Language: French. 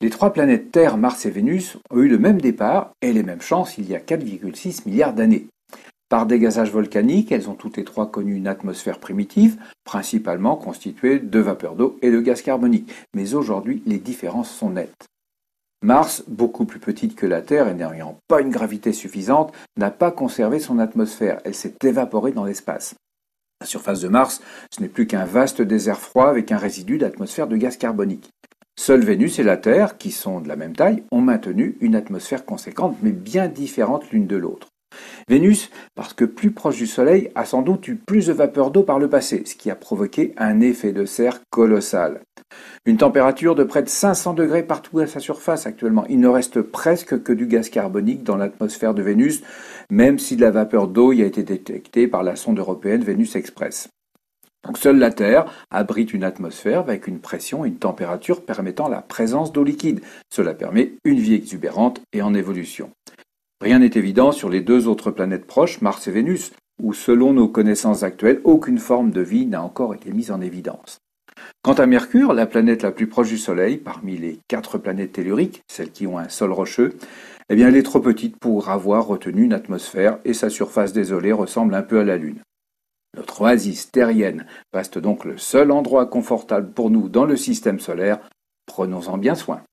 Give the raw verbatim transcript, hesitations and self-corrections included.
Les trois planètes Terre, Mars et Vénus ont eu le même départ et les mêmes chances il y a quatre virgule six milliards d'années. Par dégazage volcanique, elles ont toutes les trois connu une atmosphère primitive, principalement constituée de vapeur d'eau et de gaz carbonique. Mais aujourd'hui, les différences sont nettes. Mars, beaucoup plus petite que la Terre et n'ayant pas une gravité suffisante, n'a pas conservé son atmosphère. Elle s'est évaporée dans l'espace. La surface de Mars, ce n'est plus qu'un vaste désert froid avec un résidu d'atmosphère de gaz carbonique. Seules Vénus et la Terre, qui sont de la même taille, ont maintenu une atmosphère conséquente mais bien différente l'une de l'autre. Vénus, parce que plus proche du Soleil, a sans doute eu plus de vapeur d'eau par le passé, ce qui a provoqué un effet de serre colossal. Une température de près de cinq cents degrés partout à sa surface actuellement. Il ne reste presque que du gaz carbonique dans l'atmosphère de Vénus, même si de la vapeur d'eau y a été détectée par la sonde européenne Vénus Express. Donc seule la Terre abrite une atmosphère avec une pression et une température permettant la présence d'eau liquide. Cela permet une vie exubérante et en évolution. Rien n'est évident sur les deux autres planètes proches, Mars et Vénus, où selon nos connaissances actuelles, aucune forme de vie n'a encore été mise en évidence. Quant à Mercure, la planète la plus proche du Soleil, parmi les quatre planètes telluriques, celles qui ont un sol rocheux, eh bien elle est trop petite pour avoir retenu une atmosphère et sa surface désolée ressemble un peu à la Lune. Notre oasis terrienne reste donc le seul endroit confortable pour nous dans le système solaire. Prenons-en bien soin.